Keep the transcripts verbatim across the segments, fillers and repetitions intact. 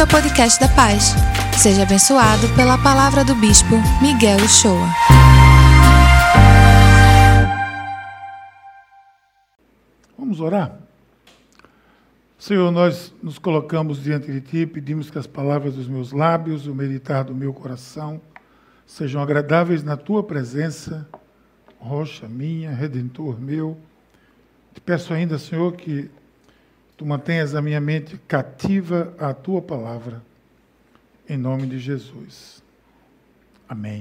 ao podcast da Paz. Seja abençoado pela palavra do Bispo Miguel Uchoa. Vamos orar? Senhor, nós nos colocamos diante de Ti, pedimos que as palavras dos meus lábios, o meditar do meu coração, sejam agradáveis na Tua presença, rocha minha, redentor meu. Te peço ainda, Senhor, que Tu mantenhas a minha mente cativa à Tua palavra, em nome de Jesus. Amém.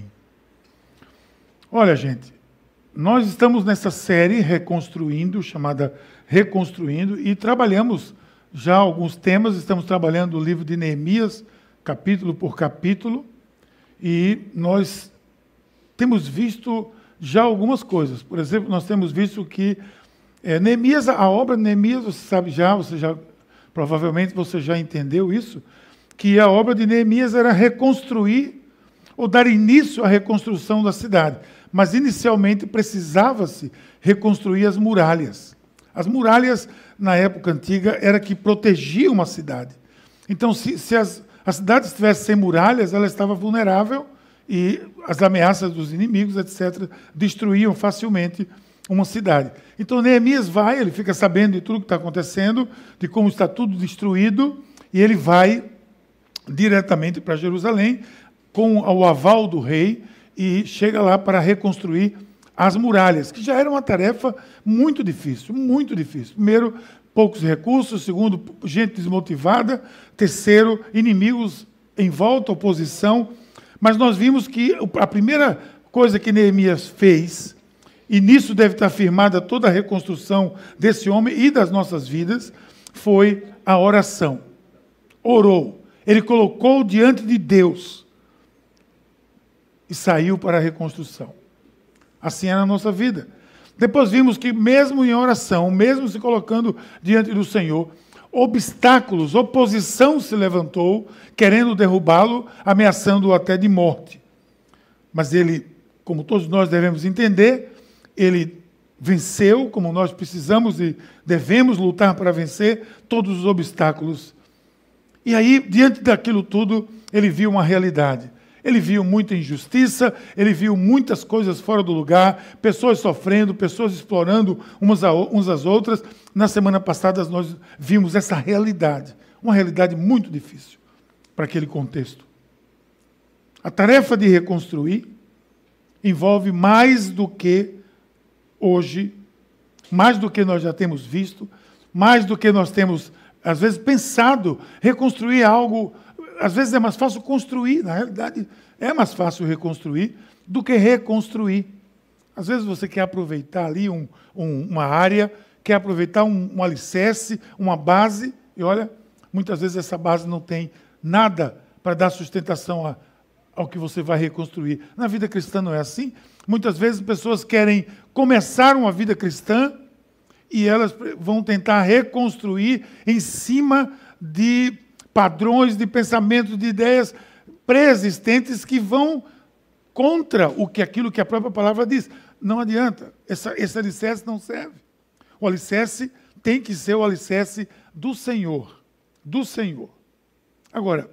Olha, gente, nós estamos nessa série Reconstruindo, chamada Reconstruindo, e trabalhamos já alguns temas, estamos trabalhando o livro de Neemias, capítulo por capítulo, e nós temos visto já algumas coisas. Por exemplo, nós temos visto que é, Neemias, a obra de Neemias, você sabe já, você já, provavelmente você já entendeu isso, que a obra de Neemias era reconstruir, ou dar início à reconstrução da cidade. Mas, inicialmente, precisava-se reconstruir as muralhas. As muralhas, na época antiga, era que protegiam uma cidade. Então, se, se as, a cidade estivesse sem muralhas, ela estava vulnerável e as ameaças dos inimigos, etcétera, destruíam facilmente uma cidade. Então, Neemias vai, ele fica sabendo de tudo que está acontecendo, de como está tudo destruído, e ele vai diretamente para Jerusalém, com o aval do rei, e chega lá para reconstruir as muralhas, que já era uma tarefa muito difícil, muito difícil. Primeiro, poucos recursos. Segundo, gente desmotivada. Terceiro, inimigos em volta, oposição. Mas nós vimos que a primeira coisa que Neemias fez, e nisso deve estar firmada toda a reconstrução desse homem e das nossas vidas, foi a oração. Orou. Ele colocou diante de Deus e saiu para a reconstrução. Assim é na nossa vida. Depois vimos que mesmo em oração, mesmo se colocando diante do Senhor, obstáculos, oposição se levantou, querendo derrubá-lo, ameaçando-o até de morte. Mas ele, como todos nós devemos entender, ele venceu, como nós precisamos e devemos lutar para vencer todos os obstáculos. E aí, diante daquilo tudo, ele viu uma realidade. Ele viu muita injustiça, ele viu muitas coisas fora do lugar, pessoas sofrendo, pessoas explorando umas, a, umas às outras. Na semana passada, nós vimos essa realidade, uma realidade muito difícil para aquele contexto. A tarefa de reconstruir envolve mais do que hoje, mais do que nós já temos visto, mais do que nós temos, às vezes, pensado. Reconstruir algo, às vezes é mais fácil construir, na realidade é mais fácil reconstruir do que reconstruir. Às vezes você quer aproveitar ali um, um, uma área, quer aproveitar um, um alicerce, uma base, e olha, muitas vezes essa base não tem nada para dar sustentação a, ao que você vai reconstruir. Na vida cristã não é assim. Muitas vezes pessoas querem começar uma vida cristã e elas vão tentar reconstruir em cima de padrões de pensamento, de ideias pré-existentes que vão contra o que aquilo que a própria palavra diz. Não adianta, essa, esse alicerce não serve. O alicerce tem que ser o alicerce do Senhor, do Senhor. Agora,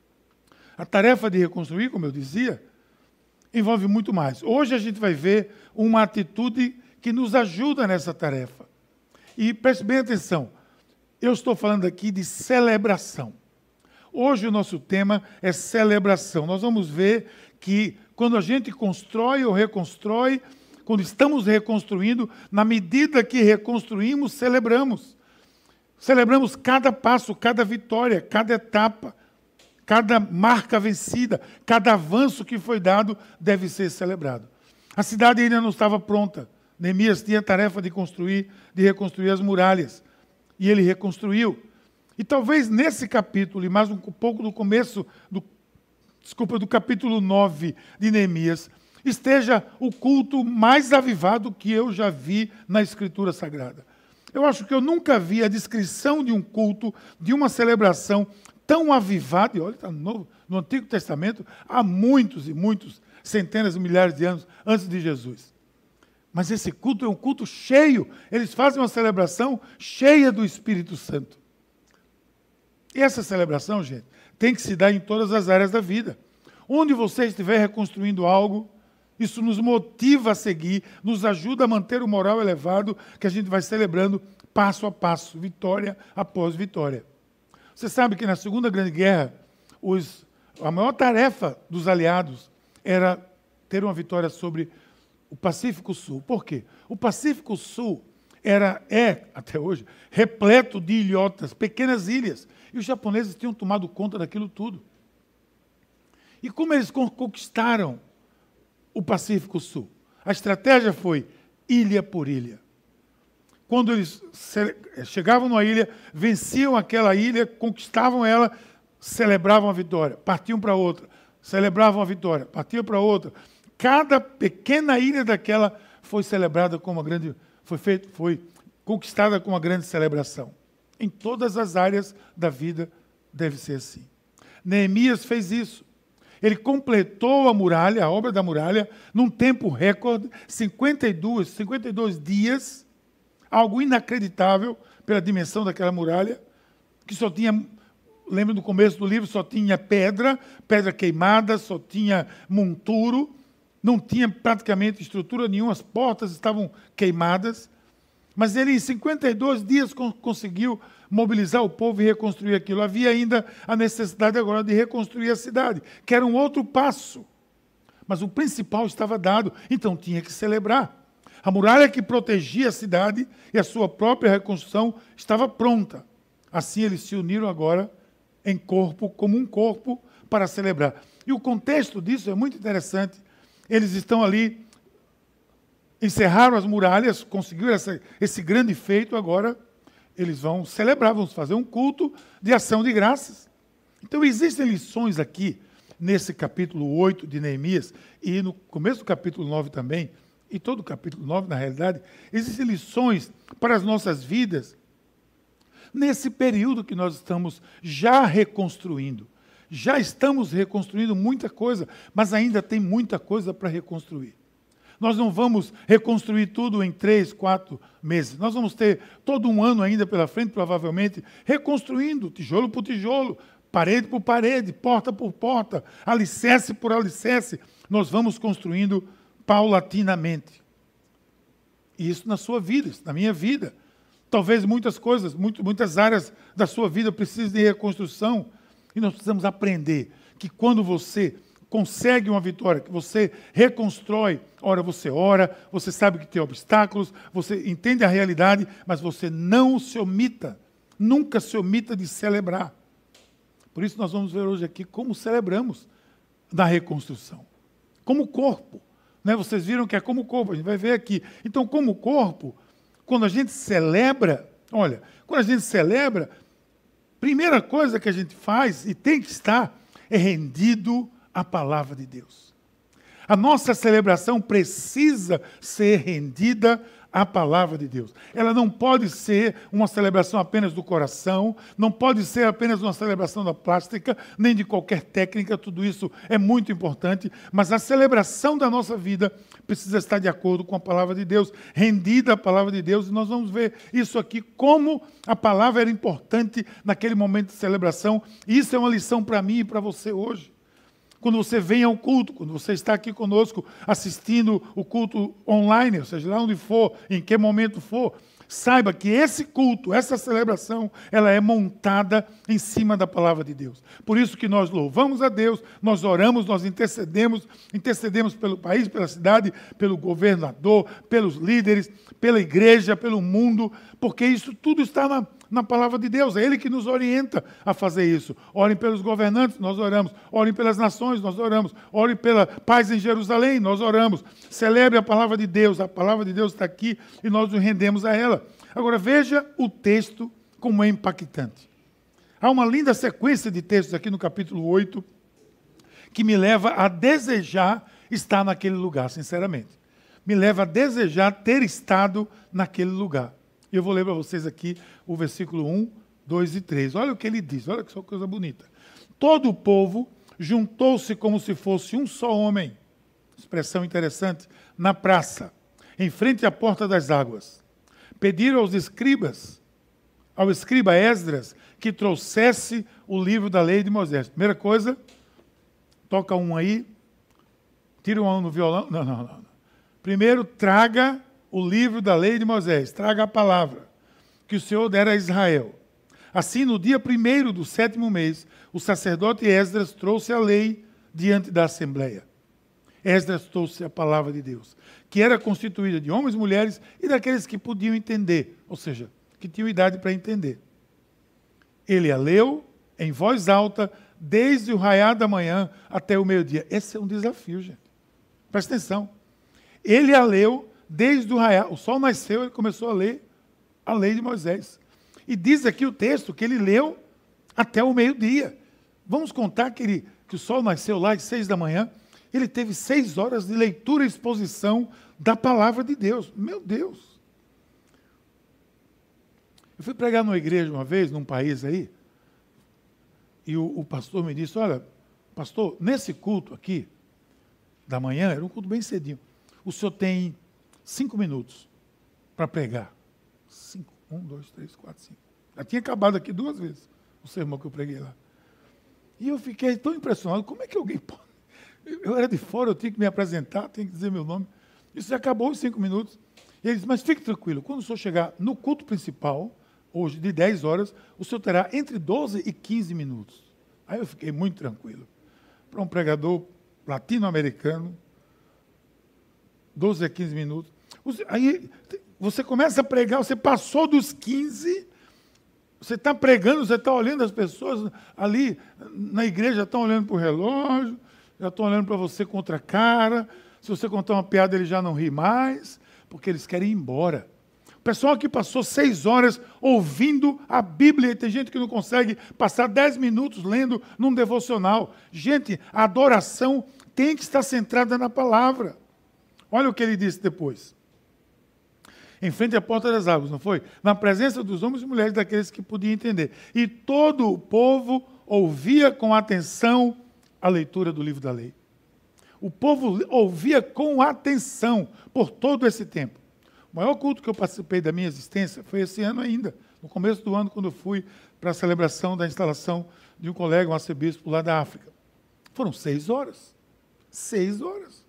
a tarefa de reconstruir, como eu dizia, envolve muito mais. Hoje a gente vai ver uma atitude que nos ajuda nessa tarefa. E preste bem atenção, eu estou falando aqui de celebração. Hoje o nosso tema é celebração. Nós vamos ver que quando a gente constrói ou reconstrói, quando estamos reconstruindo, na medida que reconstruímos, celebramos. Celebramos cada passo, cada vitória, cada etapa, cada marca vencida, cada avanço que foi dado deve ser celebrado. A cidade ainda não estava pronta. Neemias tinha a tarefa de construir, de reconstruir as muralhas. E ele reconstruiu. E talvez nesse capítulo, e mais um pouco do começo, do, desculpa, do capítulo nove de Neemias, esteja o culto mais avivado que eu já vi na Escritura Sagrada. Eu acho que eu nunca vi a descrição de um culto, de uma celebração tão avivada, e olha, está no, no Antigo Testamento, há muitos e muitos, centenas e milhares de anos antes de Jesus. Mas esse culto é um culto cheio, eles fazem uma celebração cheia do Espírito Santo. E essa celebração, gente, tem que se dar em todas as áreas da vida. Onde você estiver reconstruindo algo, isso nos motiva a seguir, nos ajuda a manter o moral elevado, que a gente vai celebrando passo a passo, vitória após vitória. Você sabe que na Segunda Grande Guerra, os, a maior tarefa dos aliados era ter uma vitória sobre o Pacífico Sul. Por quê? O Pacífico Sul era, é, até hoje, repleto de ilhotas, pequenas ilhas. E os japoneses tinham tomado conta daquilo tudo. E como eles conquistaram o Pacífico Sul? A estratégia foi ilha por ilha. Quando eles chegavam numa ilha, venciam aquela ilha, conquistavam ela, celebravam a vitória. Partiam para outra, celebravam a vitória. Partiam para outra. Cada pequena ilha daquela foi celebrada com uma grande, foi feito, foi conquistada com uma grande celebração. Em todas as áreas da vida deve ser assim. Neemias fez isso. Ele completou a muralha, a obra da muralha, num tempo recorde, cinquenta e dois, cinquenta e dois dias, algo inacreditável pela dimensão daquela muralha, que só tinha, lembra do começo do livro, só tinha pedra, pedra queimada, só tinha monturo, não tinha praticamente estrutura nenhuma, as portas estavam queimadas, mas ele em cinquenta e dois dias conseguiu mobilizar o povo e reconstruir aquilo. Havia ainda a necessidade agora de reconstruir a cidade, que era um outro passo. Mas o principal estava dado, então tinha que celebrar. A muralha que protegia a cidade e a sua própria reconstrução estava pronta. Assim eles se uniram agora em corpo, como um corpo, para celebrar. E o contexto disso é muito interessante. Eles estão ali, encerraram as muralhas, conseguiram essa, esse grande feito, agora eles vão celebrar, vão fazer um culto de ação de graças. Então existem lições aqui, nesse capítulo oito de Neemias, e no começo do capítulo nove também, e todo o capítulo nove, na realidade, existem lições para as nossas vidas, nesse período que nós estamos já reconstruindo. Já estamos reconstruindo muita coisa, mas ainda tem muita coisa para reconstruir. Nós não vamos reconstruir tudo em três, quatro meses. Nós vamos ter todo um ano ainda pela frente, provavelmente, reconstruindo, tijolo por tijolo, parede por parede, porta por porta, alicerce por alicerce. Nós vamos construindo paulatinamente. E isso na sua vida, isso na minha vida. Talvez muitas coisas, muito, muitas áreas da sua vida precisem de reconstrução. E nós precisamos aprender que quando você consegue uma vitória, que você reconstrói, ora você ora, você sabe que tem obstáculos, você entende a realidade, mas você não se omita, nunca se omita de celebrar. Por isso nós vamos ver hoje aqui como celebramos na reconstrução. Como corpo. Né? Vocês viram que é como corpo, a gente vai ver aqui. Então, como corpo, quando a gente celebra, olha, quando a gente celebra, primeira coisa que a gente faz, e tem que estar, é rendido à palavra de Deus. A nossa celebração precisa ser rendida à palavra de Deus. Ela não pode ser uma celebração apenas do coração, não pode ser apenas uma celebração da plástica, nem de qualquer técnica, tudo isso é muito importante, mas a celebração da nossa vida precisa estar de acordo com a palavra de Deus, rendida à palavra de Deus, e nós vamos ver isso aqui, como a palavra era importante naquele momento de celebração, e isso é uma lição para mim e para você hoje. Quando você vem ao culto, quando você está aqui conosco assistindo o culto online, ou seja, lá onde for, em que momento for, saiba que esse culto, essa celebração, ela é montada em cima da palavra de Deus. Por isso que nós louvamos a Deus, nós oramos, nós intercedemos, intercedemos pelo país, pela cidade, pelo governador, pelos líderes, pela igreja, pelo mundo, porque isso tudo está na na palavra de Deus, é Ele que nos orienta a fazer isso. Orem pelos governantes, nós oramos. Orem pelas nações, nós oramos. Orem pela paz em Jerusalém, nós oramos. Celebre a palavra de Deus, a palavra de Deus está aqui e nós nos rendemos a ela. Agora veja o texto como é impactante. Há uma linda sequência de textos aqui no capítulo oito que me leva a desejar estar naquele lugar, sinceramente. Me leva a desejar ter estado naquele lugar. E eu vou ler para vocês aqui o versículo um, dois e três. Olha o que ele diz, olha que só coisa bonita. Todo o povo juntou-se como se fosse um só homem, expressão interessante, na praça, em frente à porta das águas. Pediram aos escribas, ao escriba Esdras que trouxesse o livro da lei de Moisés. Primeira coisa, toca um aí, tira um no violão. Não, não, não. Primeiro, traga o livro da lei de Moisés, traga a palavra que o Senhor dera a Israel. Assim, no dia primeiro do sétimo mês, o sacerdote Esdras trouxe a lei diante da Assembleia. Esdras trouxe a palavra de Deus, que era constituída de homens, mulheres e daqueles que podiam entender, ou seja, que tinham idade para entender. Ele a leu em voz alta, desde o raiar da manhã até o meio-dia. Esse é um desafio, gente. Presta atenção. Ele a leu desde o raiar. O sol nasceu, ele começou a ler a lei de Moisés. E diz aqui o texto que ele leu até o meio-dia. Vamos contar que, ele, que o sol nasceu lá às seis da manhã. Ele teve seis horas de leitura e exposição da palavra de Deus. Meu Deus! Eu fui pregar numa igreja uma vez, num país aí, e o, o pastor me disse, olha, pastor, nesse culto aqui, da manhã, era um culto bem cedinho, o senhor tem cinco minutos para pregar. Cinco. Um, dois, três, quatro, cinco. Já tinha acabado aqui duas vezes o sermão que eu preguei lá. E eu fiquei tão impressionado, como é que alguém pode... Eu era de fora, eu tinha que me apresentar, tinha que dizer meu nome. Isso já acabou os cinco minutos. E ele disse, mas fique tranquilo, quando o senhor chegar no culto principal, hoje de dez horas, o senhor terá entre doze e quinze minutos. Aí eu fiquei muito tranquilo. Para um pregador latino-americano, doze a quinze minutos. Aí você começa a pregar, você passou dos quinze, você está pregando, você está olhando as pessoas ali na igreja, estão olhando para o relógio, já estão olhando para você com outra cara. Se você contar uma piada, ele já não ri mais, porque eles querem ir embora. O pessoal aqui passou seis horas ouvindo a Bíblia, e tem gente que não consegue passar dez minutos lendo num devocional. Gente, a adoração tem que estar centrada na palavra. Olha o que ele disse depois. Em frente à porta das águas, não foi? Na presença dos homens e mulheres, daqueles que podiam entender. E todo o povo ouvia com atenção a leitura do livro da lei. O povo ouvia com atenção por todo esse tempo. O maior culto que eu participei da minha existência foi esse ano ainda, no começo do ano, quando eu fui para a celebração da instalação de um colega, um arcebispo lá da África. Foram seis horas. Seis horas.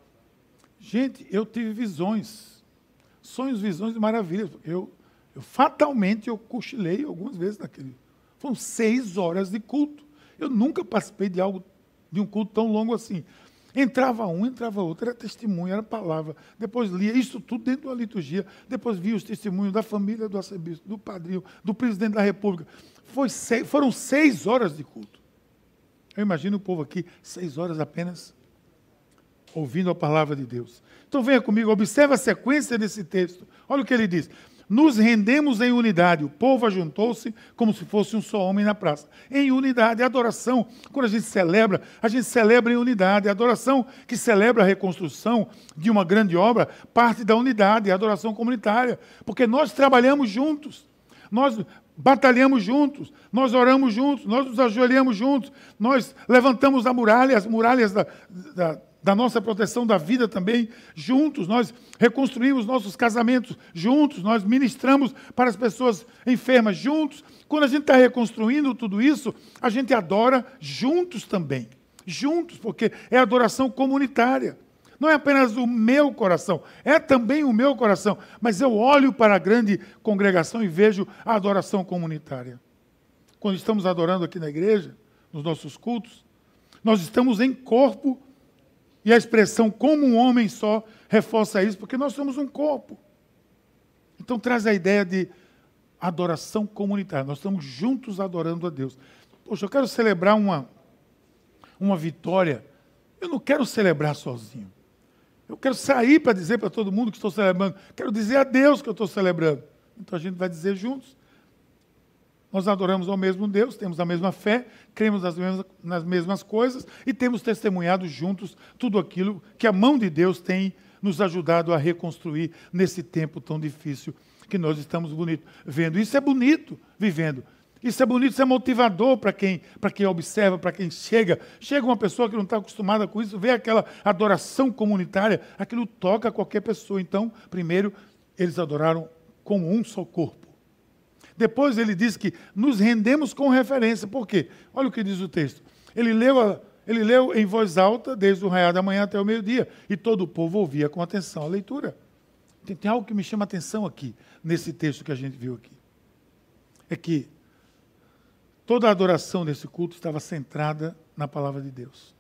Gente, eu tive visões, sonhos, visões de maravilhas. Eu, eu fatalmente, eu cochilei algumas vezes naquele. Foram seis horas de culto. Eu nunca participei de algo, de um culto tão longo assim. Entrava um, entrava outro, era testemunho, era palavra. Depois lia isso tudo dentro da liturgia. Depois via os testemunhos da família do arcebispo, do padrinho, do presidente da República. Foi seis, foram seis horas de culto. Eu imagino o povo aqui, seis horas apenas, ouvindo a palavra de Deus. Então venha comigo, observe a sequência desse texto. Olha o que ele diz. Nos rendemos em unidade. O povo ajuntou-se como se fosse um só homem na praça. Em unidade. A adoração, quando a gente celebra, a gente celebra em unidade. A adoração que celebra a reconstrução de uma grande obra parte da unidade, a adoração comunitária. Porque nós trabalhamos juntos. Nós batalhamos juntos. Nós oramos juntos. Nós nos ajoelhamos juntos. Nós levantamos a muralha, as muralhas da... da da nossa proteção da vida também, juntos, nós reconstruímos nossos casamentos juntos, nós ministramos para as pessoas enfermas juntos. Quando a gente está reconstruindo tudo isso, a gente adora juntos também, juntos, porque é adoração comunitária. Não é apenas o meu coração, é também o meu coração, mas eu olho para a grande congregação e vejo a adoração comunitária. Quando estamos adorando aqui na igreja, nos nossos cultos, nós estamos em corpo. E a expressão como um homem só reforça isso, porque nós somos um corpo. Então traz a ideia de adoração comunitária. Nós estamos juntos adorando a Deus. Poxa, eu quero celebrar uma, uma vitória. Eu não quero celebrar sozinho. Eu quero sair para dizer para todo mundo que estou celebrando. Quero dizer a Deus que eu estou celebrando. Então a gente vai dizer juntos. Nós adoramos ao mesmo Deus, temos a mesma fé, cremos nas mesmas, nas mesmas coisas e temos testemunhado juntos tudo aquilo que a mão de Deus tem nos ajudado a reconstruir nesse tempo tão difícil que nós estamos bonito, vendo. Isso é bonito, vivendo. Isso é bonito, isso é motivador para quem, para quem observa, para quem chega. Chega uma pessoa que não está acostumada com isso, vê aquela adoração comunitária, aquilo toca qualquer pessoa. Então, primeiro, eles adoraram como um só corpo. Depois ele diz que nos rendemos com referência. Por quê? Olha o que diz o texto. Ele leu, a, ele leu em voz alta, desde o raiar da manhã até o meio-dia, e todo o povo ouvia com atenção a leitura. Tem, tem algo que me chama a atenção aqui, nesse texto que a gente viu aqui. É que toda a adoração desse culto estava centrada na palavra de Deus.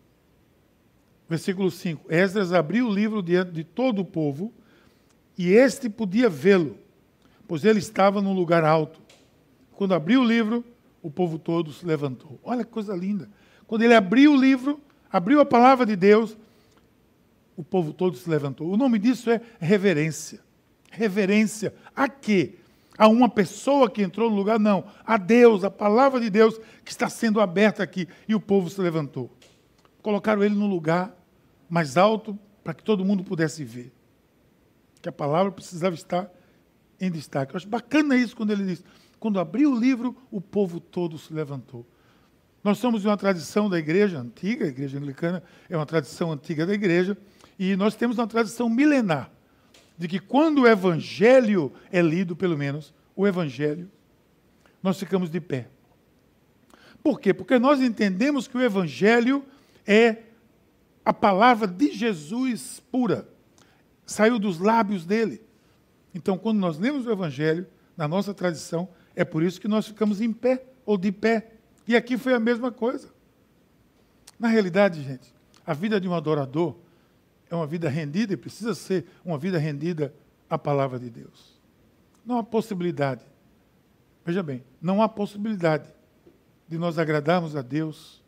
Versículo cinco. Esdras abriu o livro diante de todo o povo, e este podia vê-lo, pois ele estava num lugar alto. Quando abriu o livro, o povo todo se levantou. Olha que coisa linda. Quando ele abriu o livro, abriu a palavra de Deus, o povo todo se levantou. O nome disso é reverência. Reverência a quê? A uma pessoa que entrou no lugar? Não. A Deus, a palavra de Deus que está sendo aberta aqui. E o povo se levantou. Colocaram ele no lugar mais alto para que todo mundo pudesse ver. Que a palavra precisava estar em destaque. Eu acho bacana isso quando ele diz, quando abriu o livro, o povo todo se levantou. Nós somos de uma tradição da igreja antiga, a igreja anglicana é uma tradição antiga da igreja, e nós temos uma tradição milenar, de que quando o evangelho é lido, pelo menos, o evangelho, nós ficamos de pé. Por quê? Porque nós entendemos que o evangelho é a palavra de Jesus pura, saiu dos lábios dele. Então, quando nós lemos o evangelho, na nossa tradição, é por isso que nós ficamos em pé, ou de pé. E aqui foi a mesma coisa. Na realidade, gente, a vida de um adorador é uma vida rendida, e precisa ser uma vida rendida à palavra de Deus. Não há possibilidade, veja bem, não há possibilidade de nós agradarmos a Deus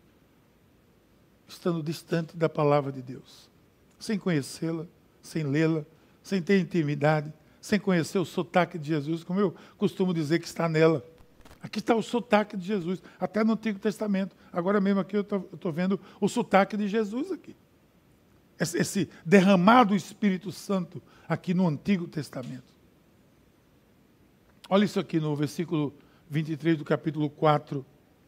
estando distante da palavra de Deus, sem conhecê-la, sem lê-la, sem ter intimidade, sem conhecer o sotaque de Jesus, como eu costumo dizer que está nela. Aqui está o sotaque de Jesus, até no Antigo Testamento. Agora mesmo aqui eu estou vendo o sotaque de Jesus aqui. Esse, esse derramado Espírito Santo aqui no Antigo Testamento. Olha isso aqui no versículo vinte e três do capítulo quatro.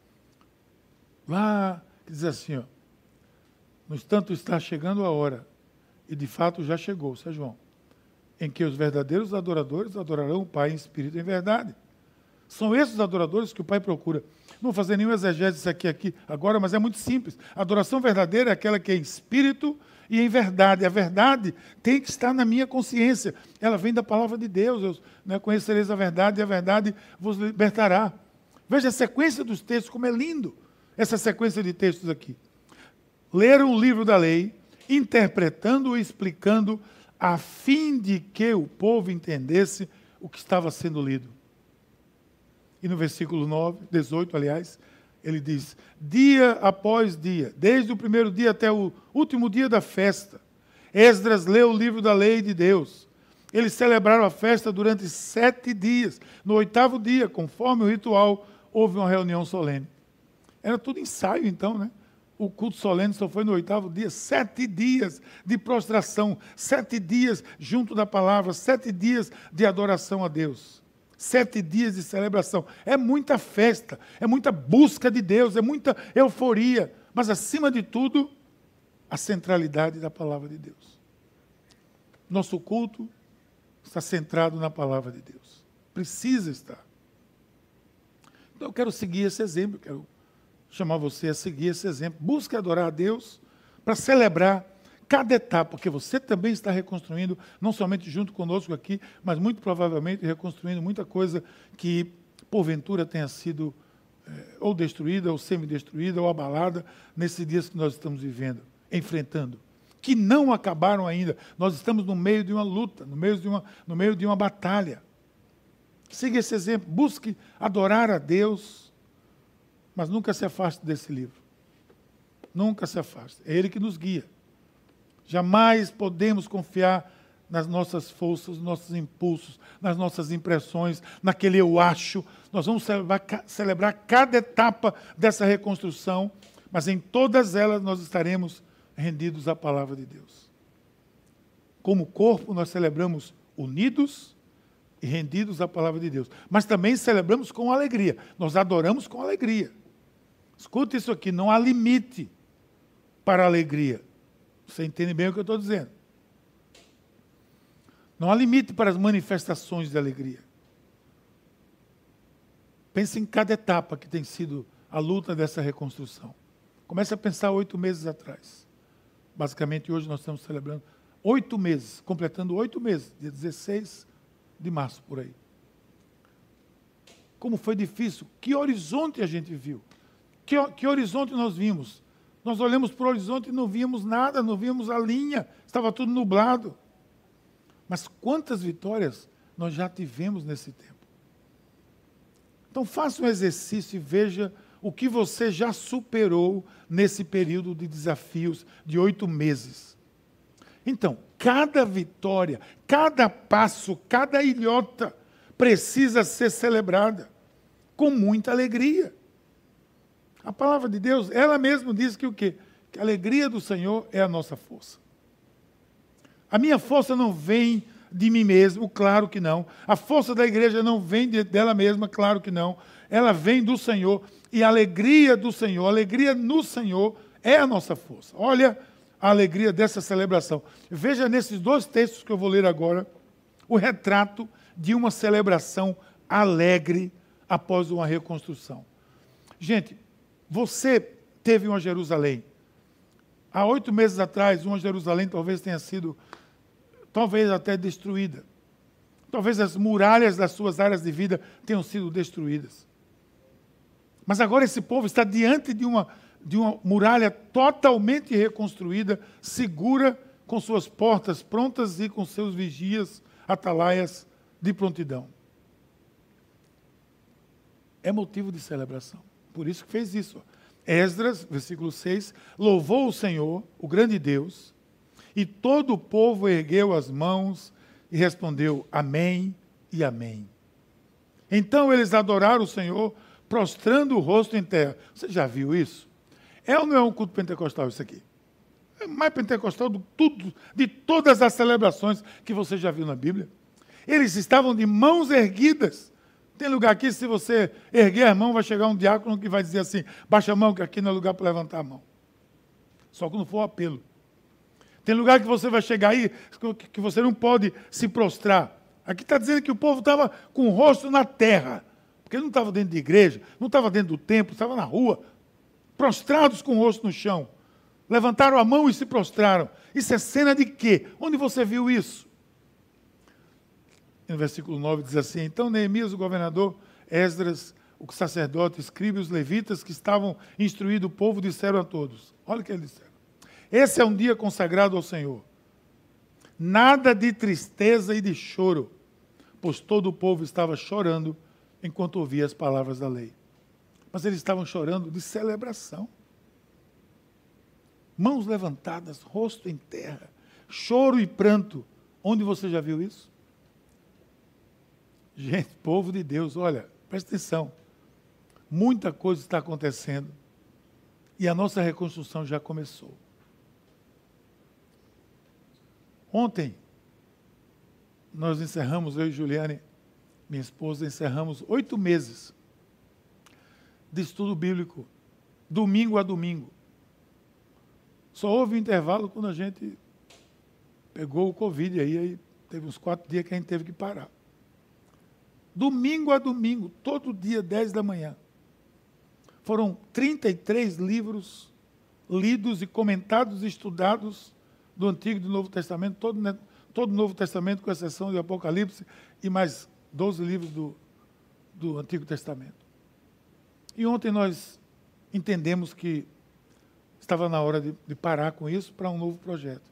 Lá, diz assim, ó. No entanto está chegando a hora, e de fato já chegou, São João, em que os verdadeiros adoradores adorarão o Pai em espírito e em verdade. São esses adoradores que o Pai procura. Não vou fazer nenhum exegese aqui, aqui agora, mas é muito simples. A adoração verdadeira é aquela que é em espírito e em verdade. A verdade tem que estar na minha consciência. Ela vem da palavra de Deus. Eu, né, conhecereis a verdade e a verdade vos libertará. Veja a sequência dos textos, como é lindo essa sequência de textos aqui. Leram o livro da lei, interpretando e explicando, a fim de que o povo entendesse o que estava sendo lido. E no versículo nove, dezoito, aliás, ele diz, dia após dia, desde o primeiro dia até o último dia da festa, Esdras leu o livro da lei de Deus. Eles celebraram a festa durante sete dias. No oitavo dia, conforme o ritual, houve uma reunião solene. Era tudo ensaio, então, né? O culto solene só foi no oitavo dia, sete dias de prostração, sete dias junto da palavra, sete dias de adoração a Deus, sete dias de celebração. É muita festa, é muita busca de Deus, é muita euforia, mas acima de tudo, a centralidade da palavra de Deus. Nosso culto está centrado na palavra de Deus. Precisa estar. Então eu quero seguir esse exemplo, quero chamar você a seguir esse exemplo. Busque adorar a Deus para celebrar cada etapa, porque você também está reconstruindo, não somente junto conosco aqui, mas muito provavelmente reconstruindo muita coisa que, porventura, tenha sido é, ou destruída, ou semi-destruída, ou abalada, nesses dias que nós estamos vivendo, enfrentando, que não acabaram ainda. Nós estamos no meio de uma luta, no meio de uma, no meio de uma batalha. Siga esse exemplo, busque adorar a Deus, mas nunca se afaste desse livro. Nunca se afaste. É Ele que nos guia. Jamais podemos confiar nas nossas forças, nos nossos impulsos, nas nossas impressões, naquele eu acho. Nós vamos celebrar, celebrar cada etapa dessa reconstrução, mas em todas elas nós estaremos rendidos à palavra de Deus. Como corpo, nós celebramos unidos e rendidos à palavra de Deus. Mas também celebramos com alegria. Nós adoramos com alegria. Escuta isso aqui, não há limite para a alegria. Você entende bem o que eu estou dizendo? Não há limite para as manifestações de alegria. Pense em cada etapa que tem sido a luta dessa reconstrução. Comece a pensar oito meses atrás. Basicamente, hoje nós estamos celebrando oito meses, completando oito meses, dia dezesseis de março, por aí. Como foi difícil, que horizonte a gente viu, que, que horizonte nós vimos. Nós olhamos para o horizonte e não víamos nada, não víamos a linha, estava tudo nublado. Mas quantas vitórias nós já tivemos nesse tempo? Então faça um exercício e veja o que você já superou nesse período de desafios de oito meses. Então, cada vitória, cada passo, cada ilhota precisa ser celebrada com muita alegria. A palavra de Deus, ela mesma diz que o quê? Que a alegria do Senhor é a nossa força. A minha força não vem de mim mesmo, claro que não. A força da igreja não vem de, dela mesma, claro que não. Ela vem do Senhor. E a alegria do Senhor, a alegria no Senhor é a nossa força. Olha a alegria dessa celebração. Veja nesses dois textos que eu vou ler agora, o retrato de uma celebração alegre após uma reconstrução. Gente, você teve uma Jerusalém. Há oito meses atrás, uma Jerusalém talvez tenha sido, talvez até destruída. Talvez as muralhas das suas áreas de vida tenham sido destruídas. Mas agora esse povo está diante de uma, de uma muralha totalmente reconstruída, segura, com suas portas prontas e com seus vigias, atalaias de prontidão. É motivo de celebração. Por isso que fez isso. Esdras, versículo seis, louvou o Senhor, o grande Deus, e todo o povo ergueu as mãos e respondeu amém e amém. Então eles adoraram o Senhor, prostrando o rosto em terra. Você já viu isso? É ou não é um culto pentecostal isso aqui? É mais pentecostal do tudo, de todas as celebrações que você já viu na Bíblia. Eles estavam de mãos erguidas. Tem lugar aqui, se você erguer a mão, vai chegar um diácono que vai dizer assim, baixa a mão, que aqui não é lugar para levantar a mão. Só que não for apelo. Tem lugar que você vai chegar aí, que você não pode se prostrar. Aqui está dizendo que o povo estava com o rosto na terra. Porque não estava dentro de igreja, não estava dentro do templo, estava na rua, prostrados com o rosto no chão. Levantaram a mão e se prostraram. Isso é cena de quê? Onde você viu isso? No versículo nove diz assim, então Neemias, o governador, Esdras, o sacerdote, escribe os levitas que estavam instruindo o povo, disseram a todos, olha o que eles disseram, esse é um dia consagrado ao Senhor, nada de tristeza e de choro, pois todo o povo estava chorando enquanto ouvia as palavras da lei. Mas eles estavam chorando de celebração. Mãos levantadas, rosto em terra, choro e pranto. Onde você já viu isso? Gente, povo de Deus, olha, presta atenção. Muita coisa está acontecendo e a nossa reconstrução já começou. Ontem, nós encerramos, eu e Juliane, minha esposa, encerramos oito meses de estudo bíblico, domingo a domingo. Só houve um intervalo quando a gente pegou o Covid, aí, aí teve uns quatro dias que a gente teve que parar. Domingo a domingo, todo dia, dez da manhã. Foram trinta e três livros lidos e comentados e estudados do Antigo e do Novo Testamento, todo, né, todo o Novo Testamento, com exceção de Apocalipse, e mais doze livros do, do Antigo Testamento. E ontem nós entendemos que estava na hora de, de parar com isso para um novo projeto.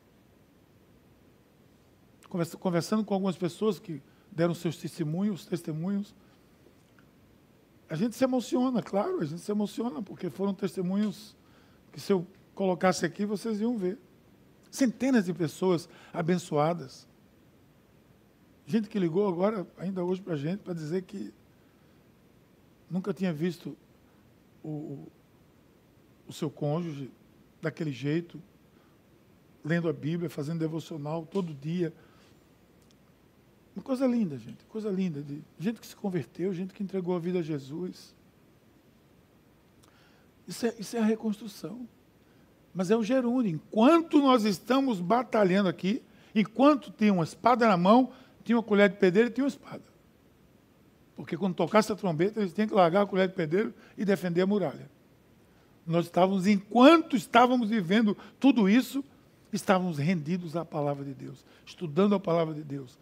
Conversa, conversando com algumas pessoas que deram seus testemunhos, testemunhos, a gente se emociona, claro, a gente se emociona, porque foram testemunhos que, se eu colocasse aqui, vocês iam ver. Centenas de pessoas abençoadas. Gente que ligou agora, ainda hoje, para a gente, para dizer que nunca tinha visto o, o seu cônjuge daquele jeito, lendo a Bíblia, fazendo devocional todo dia. Uma coisa linda, gente, coisa linda. De gente que se converteu, gente que entregou a vida a Jesus. Isso é, isso é a reconstrução. Mas é o gerúndio. Enquanto nós estamos batalhando aqui, enquanto tem uma espada na mão, tinha uma colher de pedreiro e tinha uma espada. Porque quando tocasse a trombeta, eles tinham que largar a colher de pedreiro e defender a muralha. Nós estávamos, enquanto estávamos vivendo tudo isso, estávamos rendidos à palavra de Deus, estudando a palavra de Deus.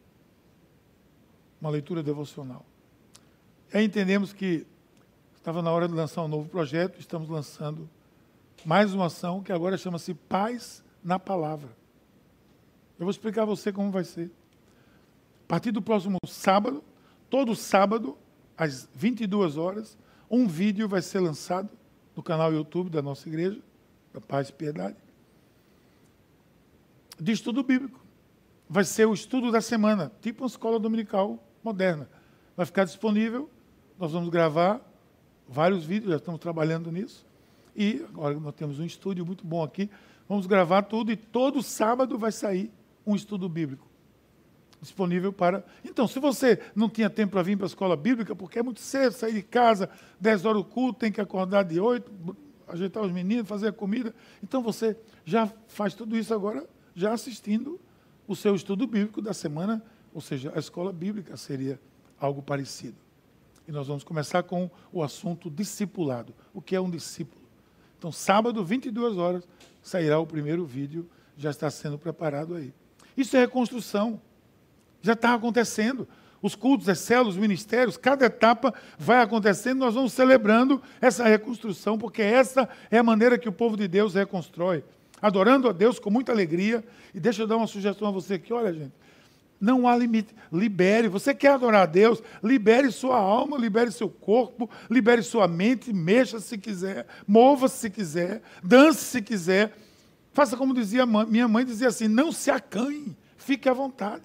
Uma leitura devocional. Aí entendemos que estava na hora de lançar um novo projeto, estamos lançando mais uma ação que agora chama-se Paz na Palavra. Eu vou explicar a você como vai ser. A partir do próximo sábado, todo sábado, às vinte e duas horas, um vídeo vai ser lançado no canal YouTube da nossa igreja, da Paz e Piedade, de estudo bíblico. Vai ser o estudo da semana, tipo uma escola dominical moderna. Vai ficar disponível, nós vamos gravar vários vídeos, já estamos trabalhando nisso. E agora nós temos um estúdio muito bom aqui, vamos gravar tudo e todo sábado vai sair um estudo bíblico disponível para... Então, se você não tinha tempo para vir para a escola bíblica, porque é muito cedo, sair de casa, dez horas do culto, tem que acordar de oito, ajeitar os meninos, fazer a comida, então você já faz tudo isso agora, já assistindo o seu estudo bíblico da semana, ou seja, a escola bíblica seria algo parecido. E nós vamos começar com o assunto discipulado. O que é um discípulo? Então, sábado, vinte e duas horas, sairá o primeiro vídeo, já está sendo preparado aí. Isso é reconstrução. Já está acontecendo. Os cultos, as células, os ministérios, cada etapa vai acontecendo, nós vamos celebrando essa reconstrução, porque essa é a maneira que o povo de Deus reconstrói. Adorando a Deus com muita alegria. E deixa eu dar uma sugestão a você aqui, olha, gente, não há limite. Libere. Você quer adorar a Deus? Libere sua alma, libere seu corpo, libere sua mente, mexa se quiser, mova se quiser, dance se quiser. Faça como dizia minha mãe, dizia assim, não se acanhe, fique à vontade.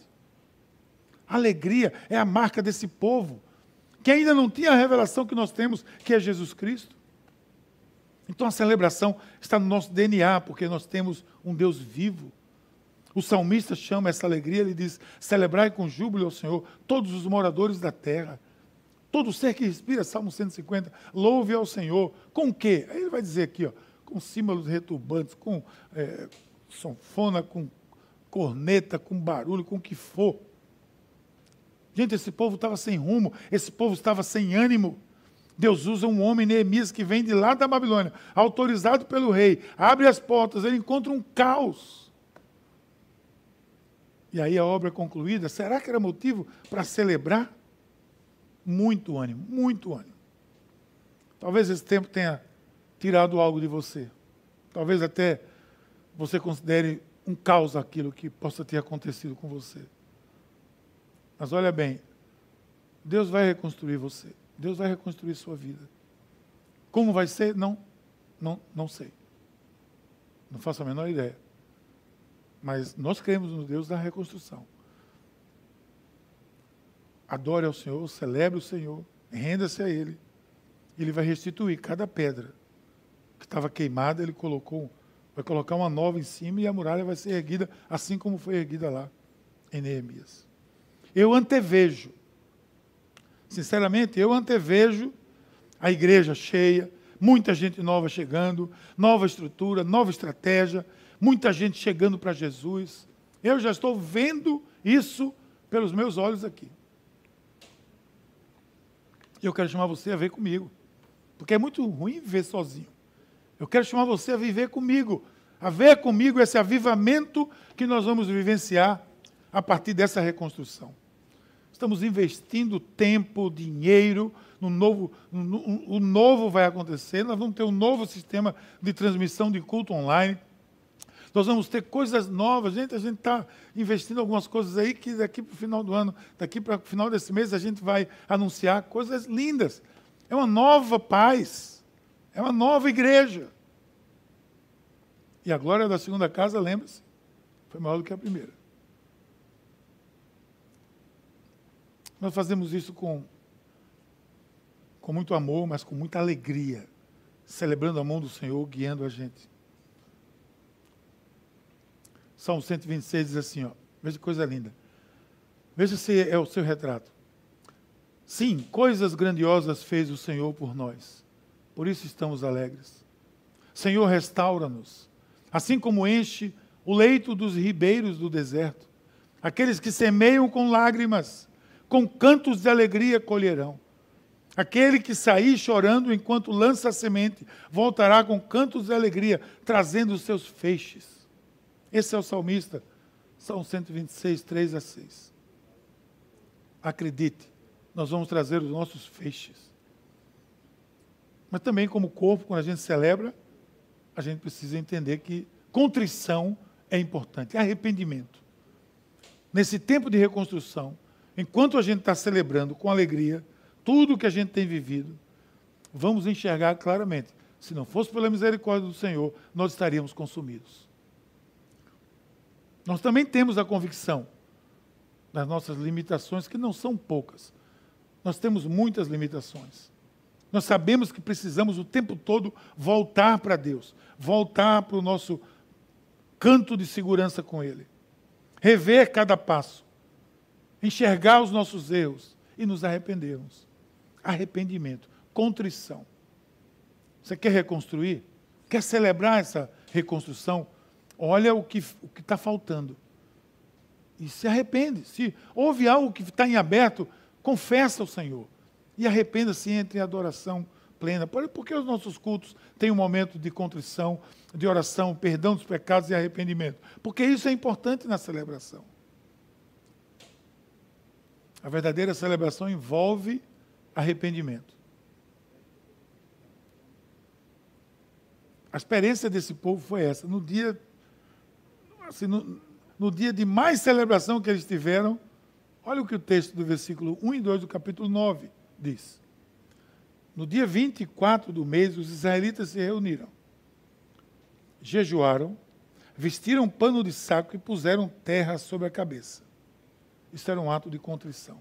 Alegria é a marca desse povo, que ainda não tinha a revelação que nós temos, que é Jesus Cristo. Então a celebração está no nosso D N A, porque nós temos um Deus vivo. O salmista chama essa alegria, ele diz, celebrai com júbilo ao Senhor todos os moradores da terra. Todo ser que respira, Salmo cento e cinquenta, louve ao Senhor. Com o quê? Aí ele vai dizer aqui, ó, com símbolos retumbantes, com é, sanfona, com corneta, com barulho, com o que for. Gente, esse povo estava sem rumo, esse povo estava sem ânimo. Deus usa um homem, Neemias, que vem de lá da Babilônia, autorizado pelo rei, abre as portas, ele encontra um caos. E aí a obra é concluída. Será que era motivo para celebrar? Muito ânimo, muito ânimo. Talvez esse tempo tenha tirado algo de você. Talvez até você considere um caos aquilo que possa ter acontecido com você. Mas olha bem, Deus vai reconstruir você. Deus vai reconstruir sua vida. Como vai ser? Não, não, não sei. Não faço a menor ideia. Mas nós cremos no Deus da reconstrução. Adore ao Senhor, celebre o Senhor, renda-se a Ele. Ele vai restituir cada pedra que estava queimada, Ele colocou, vai colocar uma nova em cima e a muralha vai ser erguida, assim como foi erguida lá em Neemias. Eu antevejo, sinceramente, eu antevejo a igreja cheia, muita gente nova chegando, nova estrutura, nova estratégia, muita gente chegando para Jesus. Eu já estou vendo isso pelos meus olhos aqui. E eu quero chamar você a ver comigo, porque é muito ruim viver sozinho. Eu quero chamar você a viver comigo, a ver comigo esse avivamento que nós vamos vivenciar a partir dessa reconstrução. Estamos investindo tempo, dinheiro, no novo, no, o novo vai acontecer, nós vamos ter um novo sistema de transmissão de culto online, nós vamos ter coisas novas, gente, a gente está investindo algumas coisas aí que daqui para o final do ano, daqui para o final desse mês, a gente vai anunciar coisas lindas. É uma nova paz, é uma nova igreja. E a glória da segunda casa, lembre-se, foi maior do que a primeira. Nós fazemos isso com, com muito amor, mas com muita alegria, celebrando a mão do Senhor, guiando a gente. Salmo cento e vinte e seis diz assim, ó, veja que coisa linda. Veja se é o seu retrato. Sim, coisas grandiosas fez o Senhor por nós. Por isso estamos alegres. Senhor, restaura-nos, assim como enche o leito dos ribeiros do deserto. Aqueles que semeiam com lágrimas, com cantos de alegria colherão. Aquele que sair chorando enquanto lança a semente, voltará com cantos de alegria, trazendo os seus feixes. Esse é o salmista, Salmo cento e vinte e seis, três a seis. Acredite, nós vamos trazer os nossos feixes. Mas também, como corpo, quando a gente celebra, a gente precisa entender que contrição é importante, arrependimento. Nesse tempo de reconstrução, enquanto a gente está celebrando com alegria tudo que a gente tem vivido, vamos enxergar claramente. Se não fosse pela misericórdia do Senhor, nós estaríamos consumidos. Nós também temos a convicção das nossas limitações, que não são poucas. Nós temos muitas limitações. Nós sabemos que precisamos o tempo todo voltar para Deus, voltar para o nosso canto de segurança com Ele, rever cada passo, enxergar os nossos erros e nos arrependermos. Arrependimento, contrição. Você quer reconstruir? Quer celebrar essa reconstrução? Olha o que o que está faltando. E se arrepende. Se houve algo que está em aberto, confessa ao Senhor. E arrependa-se entre em adoração plena. Porque os nossos cultos têm um momento de contrição, de oração, perdão dos pecados e arrependimento. Porque isso é importante na celebração. A verdadeira celebração envolve arrependimento. A experiência desse povo foi essa. No dia, assim, no, no dia de mais celebração que eles tiveram, olha o que o texto do versículo um e dois do capítulo nove diz. No dia vinte e quatro do mês, os israelitas se reuniram, jejuaram, vestiram pano de saco e puseram terra sobre a cabeça. Isso era um ato de contrição.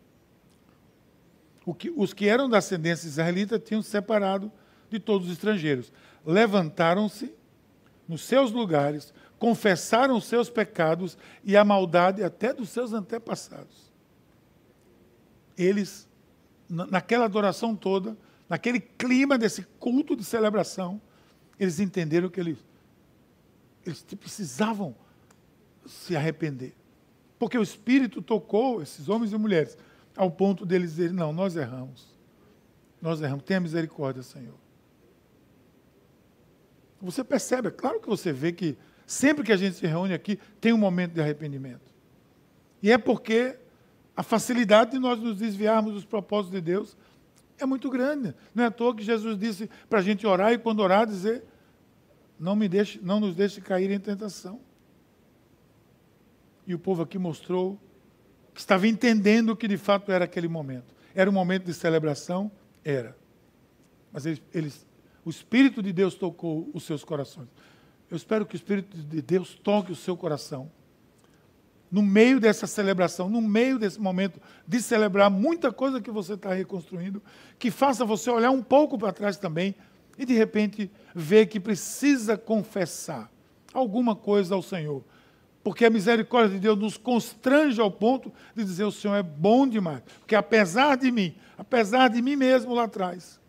O que, os que eram da ascendência israelita tinham se separado de todos os estrangeiros. Levantaram-se nos seus lugares, confessaram os seus pecados e a maldade até dos seus antepassados. Eles, naquela adoração toda, naquele clima desse culto de celebração, eles entenderam que eles, eles precisavam se arrepender. Porque o Espírito tocou esses homens e mulheres ao ponto deles dizerem, não, nós erramos. Nós erramos. Tenha misericórdia, Senhor. Você percebe, é claro que você vê que sempre que a gente se reúne aqui, tem um momento de arrependimento. E é porque a facilidade de nós nos desviarmos dos propósitos de Deus é muito grande. Não é à toa que Jesus disse para a gente orar e quando orar dizer, não, me deixe, não nos deixe cair em tentação. E o povo aqui mostrou que estava entendendo o que de fato era aquele momento. Era um momento de celebração? Era. Mas eles, eles, o Espírito de Deus tocou os seus corações. Eu espero que o Espírito de Deus toque o seu coração. No meio dessa celebração, no meio desse momento de celebrar muita coisa que você está reconstruindo, que faça você olhar um pouco para trás também e de repente ver que precisa confessar alguma coisa ao Senhor. Porque a misericórdia de Deus nos constrange ao ponto de dizer o Senhor é bom demais. Porque apesar de mim, apesar de mim mesmo lá atrás,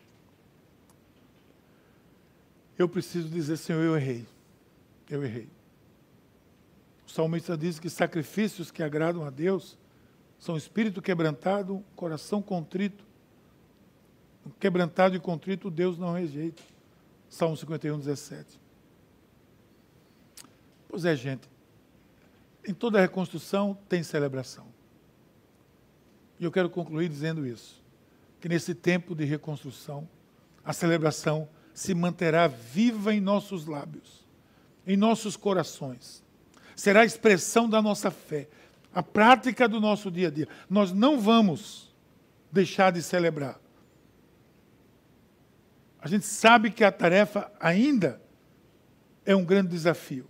eu preciso dizer, Senhor, eu errei. Eu errei. O salmista diz que sacrifícios que agradam a Deus são espírito quebrantado, coração contrito. Quebrantado e contrito, Deus não rejeita. Salmo cinquenta e um, dezessete. Pois é, gente. Em toda reconstrução tem celebração. E eu quero concluir dizendo isso. Que nesse tempo de reconstrução, a celebração se manterá viva em nossos lábios, em nossos corações. Será a expressão da nossa fé, a prática do nosso dia a dia. Nós não vamos deixar de celebrar. A gente sabe que a tarefa ainda é um grande desafio.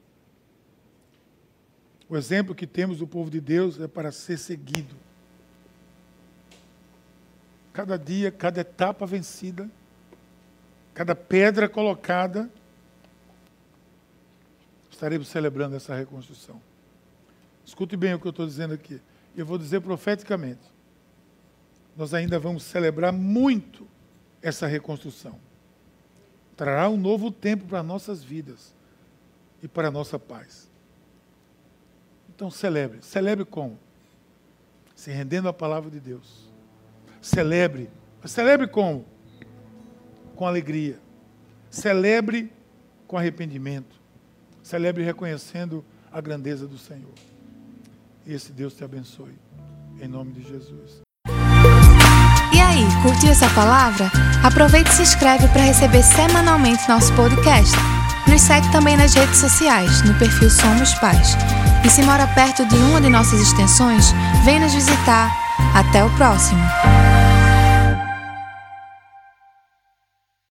O exemplo que temos do povo de Deus é para ser seguido. Cada dia, cada etapa vencida, cada pedra colocada, estaremos celebrando essa reconstrução. Escute bem o que eu estou dizendo aqui. Eu vou dizer profeticamente. Nós ainda vamos celebrar muito essa reconstrução. Trará um novo tempo para nossas vidas e para a nossa paz. Então celebre. Celebre como? se rendendo à palavra de Deus. Celebre. Mas celebre como? Com alegria. Celebre com arrependimento. Celebre reconhecendo a grandeza do Senhor. E esse Deus te abençoe. Em nome de Jesus. E aí, curtiu essa palavra? Aproveite e se inscreve para receber semanalmente nosso podcast. Nos segue também nas redes sociais, no perfil Somos Pais. E se mora perto de uma de nossas extensões, vem nos visitar. Até o próximo!